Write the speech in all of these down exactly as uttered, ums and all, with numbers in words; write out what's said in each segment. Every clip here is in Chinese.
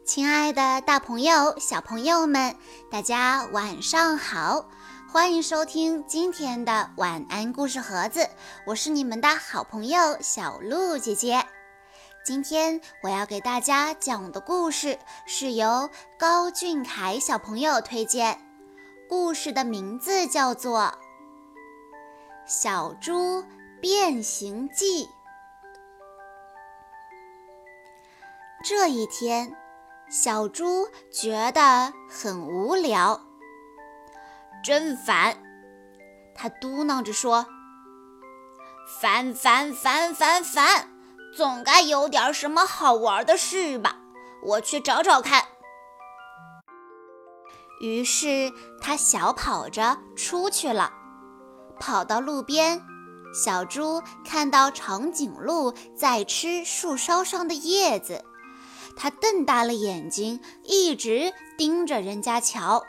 亲爱的大朋友、小朋友们，大家晚上好！欢迎收听今天的晚安故事盒子，我是你们的好朋友小鹿姐姐。今天我要给大家讲的故事是由高俊凯小朋友推荐，故事的名字叫做《小猪变形记》。这一天，小猪觉得很无聊，真烦，他嘟囔着说，烦烦烦烦烦，总该有点什么好玩的事吧，我去找找看。于是他小跑着出去了，跑到路边，小猪看到长颈鹿在吃树梢上的叶子，他瞪大了眼睛，一直盯着人家瞧。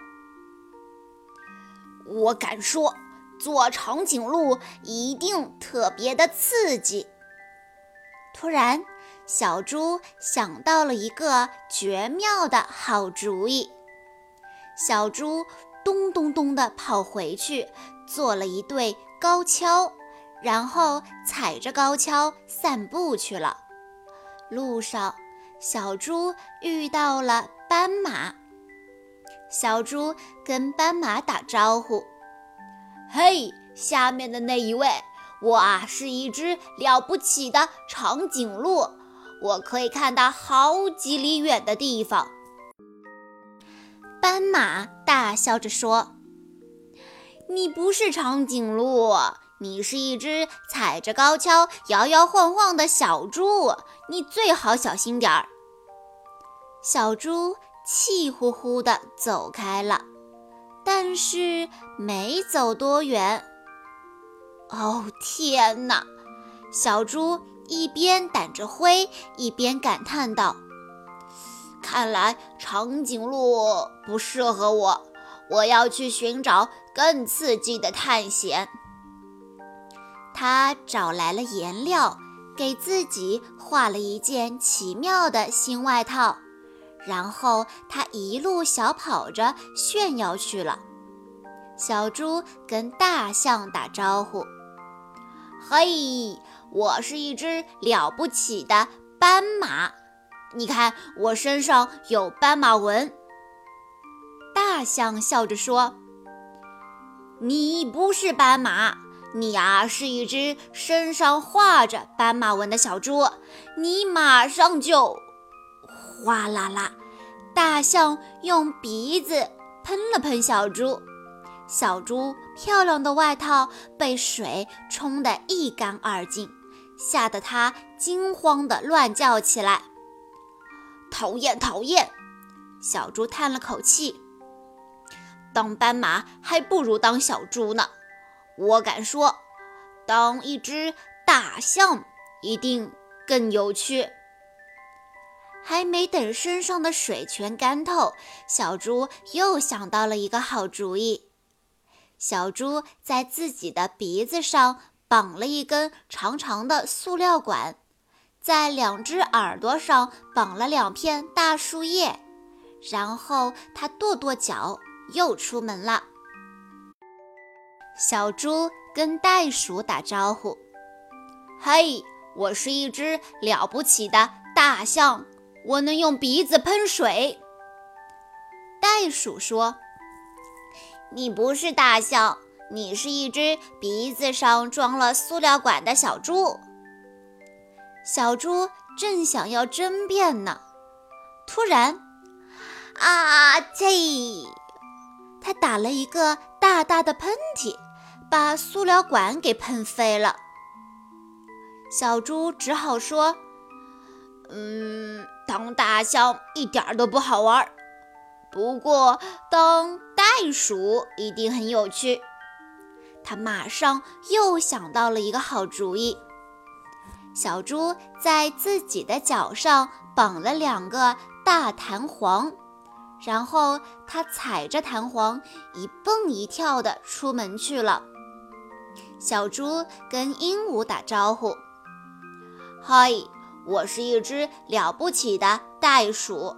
我敢说，做长颈鹿一定特别的刺激。突然，小猪想到了一个绝妙的好主意。小猪咚咚咚地跑回去，做了一对高跷，然后踩着高跷散步去了。路上，小猪遇到了斑马，小猪跟斑马打招呼，嘿，下面的那一位，我啊是一只了不起的长颈鹿，我可以看到好几里远的地方。斑马大笑着说，你不是长颈鹿，你是一只踩着高跷摇摇晃晃的小猪，你最好小心点儿。小猪气呼呼地走开了，但是没走多远。哦，天哪！小猪一边掸着灰，一边感叹道，看来长颈鹿不适合我，我要去寻找更刺激的探险。他找来了颜料，给自己画了一件奇妙的新外套，然后他一路小跑着炫耀去了。小猪跟大象打招呼，嘿，我是一只了不起的斑马，你看我身上有斑马纹。大象笑着说，你不是斑马，你啊是一只身上画着斑马纹的小猪，你马上就……哗啦啦，大象用鼻子喷了喷小猪，小猪漂亮的外套被水冲得一干二净，吓得它惊慌地乱叫起来。讨厌讨厌，小猪叹了口气，当斑马还不如当小猪呢，我敢说，当一只大象一定更有趣。还没等身上的水全干透，小猪又想到了一个好主意。小猪在自己的鼻子上绑了一根长长的塑料管，在两只耳朵上绑了两片大树叶，然后他跺跺脚，又出门了。小猪跟袋鼠打招呼，嘿，我是一只了不起的大象，我能用鼻子喷水。袋鼠说，你不是大象，你是一只鼻子上装了塑料管的小猪。小猪正想要争辩呢，突然，啊嚏！他打了一个大大的喷嚏，把塑料管给喷飞了。小猪只好说，嗯，当大象一点都不好玩，不过当袋鼠一定很有趣。他马上又想到了一个好主意。小猪在自己的脚上绑了两个大弹簧，然后他踩着弹簧一蹦一跳地出门去了。小猪跟鹦鹉打招呼，嗨，我是一只了不起的袋鼠，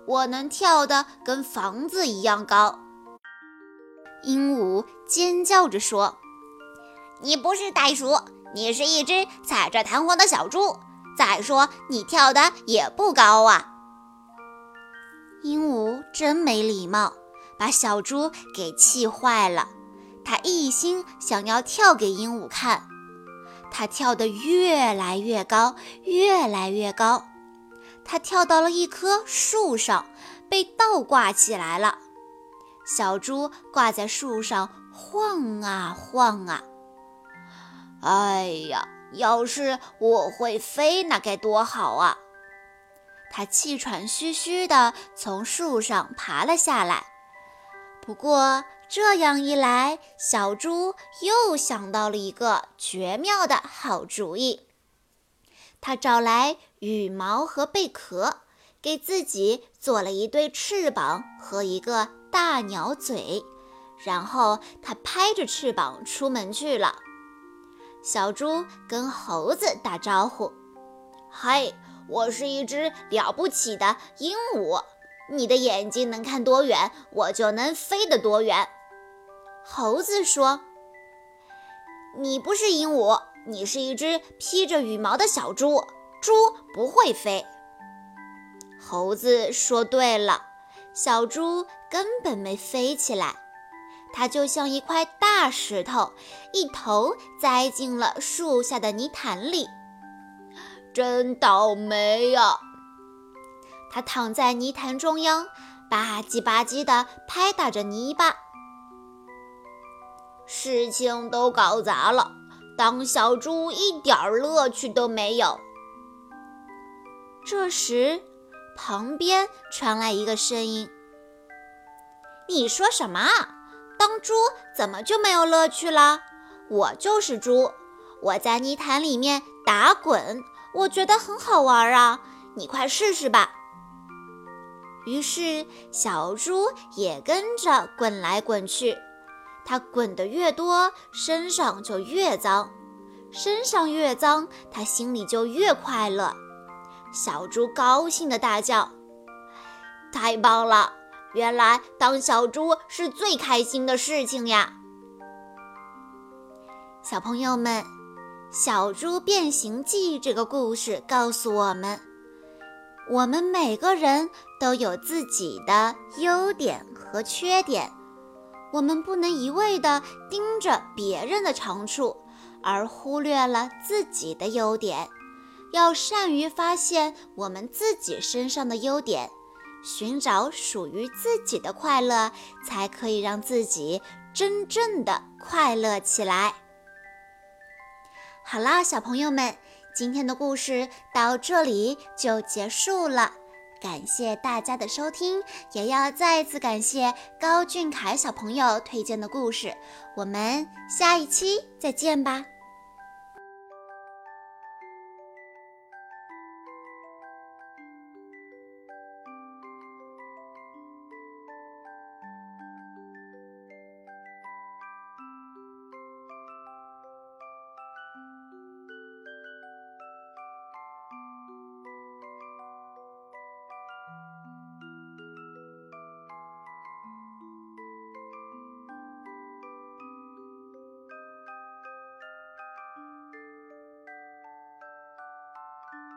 我能跳得跟房子一样高。鹦鹉尖叫着说：你不是袋鼠，你是一只踩着弹簧的小猪，再说你跳得也不高啊。鹦鹉真没礼貌，把小猪给气坏了。他一心想要跳给鹦鹉看，他跳得越来越高，越来越高。他跳到了一棵树上，被倒挂起来了。小猪挂在树上晃啊晃啊。哎呀，要是我会飞，那该多好啊！他气喘吁吁地从树上爬了下来。不过这样一来，小猪又想到了一个绝妙的好主意。他找来羽毛和贝壳，给自己做了一对翅膀和一个大鸟嘴，然后他拍着翅膀出门去了。小猪跟猴子打招呼：嗨，我是一只了不起的鹦鹉，你的眼睛能看多远，我就能飞得多远。猴子说：你不是鹦鹉，你是一只披着羽毛的小猪，猪不会飞。猴子说对了，小猪根本没飞起来，它就像一块大石头，一头栽进了树下的泥潭里。真倒霉呀！它躺在泥潭中央，吧唧吧唧地拍打着泥巴。事情都搞砸了，当小猪一点乐趣都没有。这时，旁边传来一个声音：你说什么啊？当猪怎么就没有乐趣了？我就是猪，我在泥潭里面打滚，我觉得很好玩啊，你快试试吧。于是小猪也跟着滚来滚去，它滚得越多，身上就越脏，身上越脏，它心里就越快乐。小猪高兴地大叫：太棒了，原来当小猪是最开心的事情呀！小朋友们，《小猪变形记》这个故事告诉我们，我们每个人都有自己的优点和缺点，我们不能一味地盯着别人的长处，而忽略了自己的优点。要善于发现我们自己身上的优点，寻找属于自己的快乐，才可以让自己真正的快乐起来。好啦，小朋友们，今天的故事到这里就结束了，感谢大家的收听，也要再次感谢高俊凯小朋友推荐的故事，我们下一期再见吧。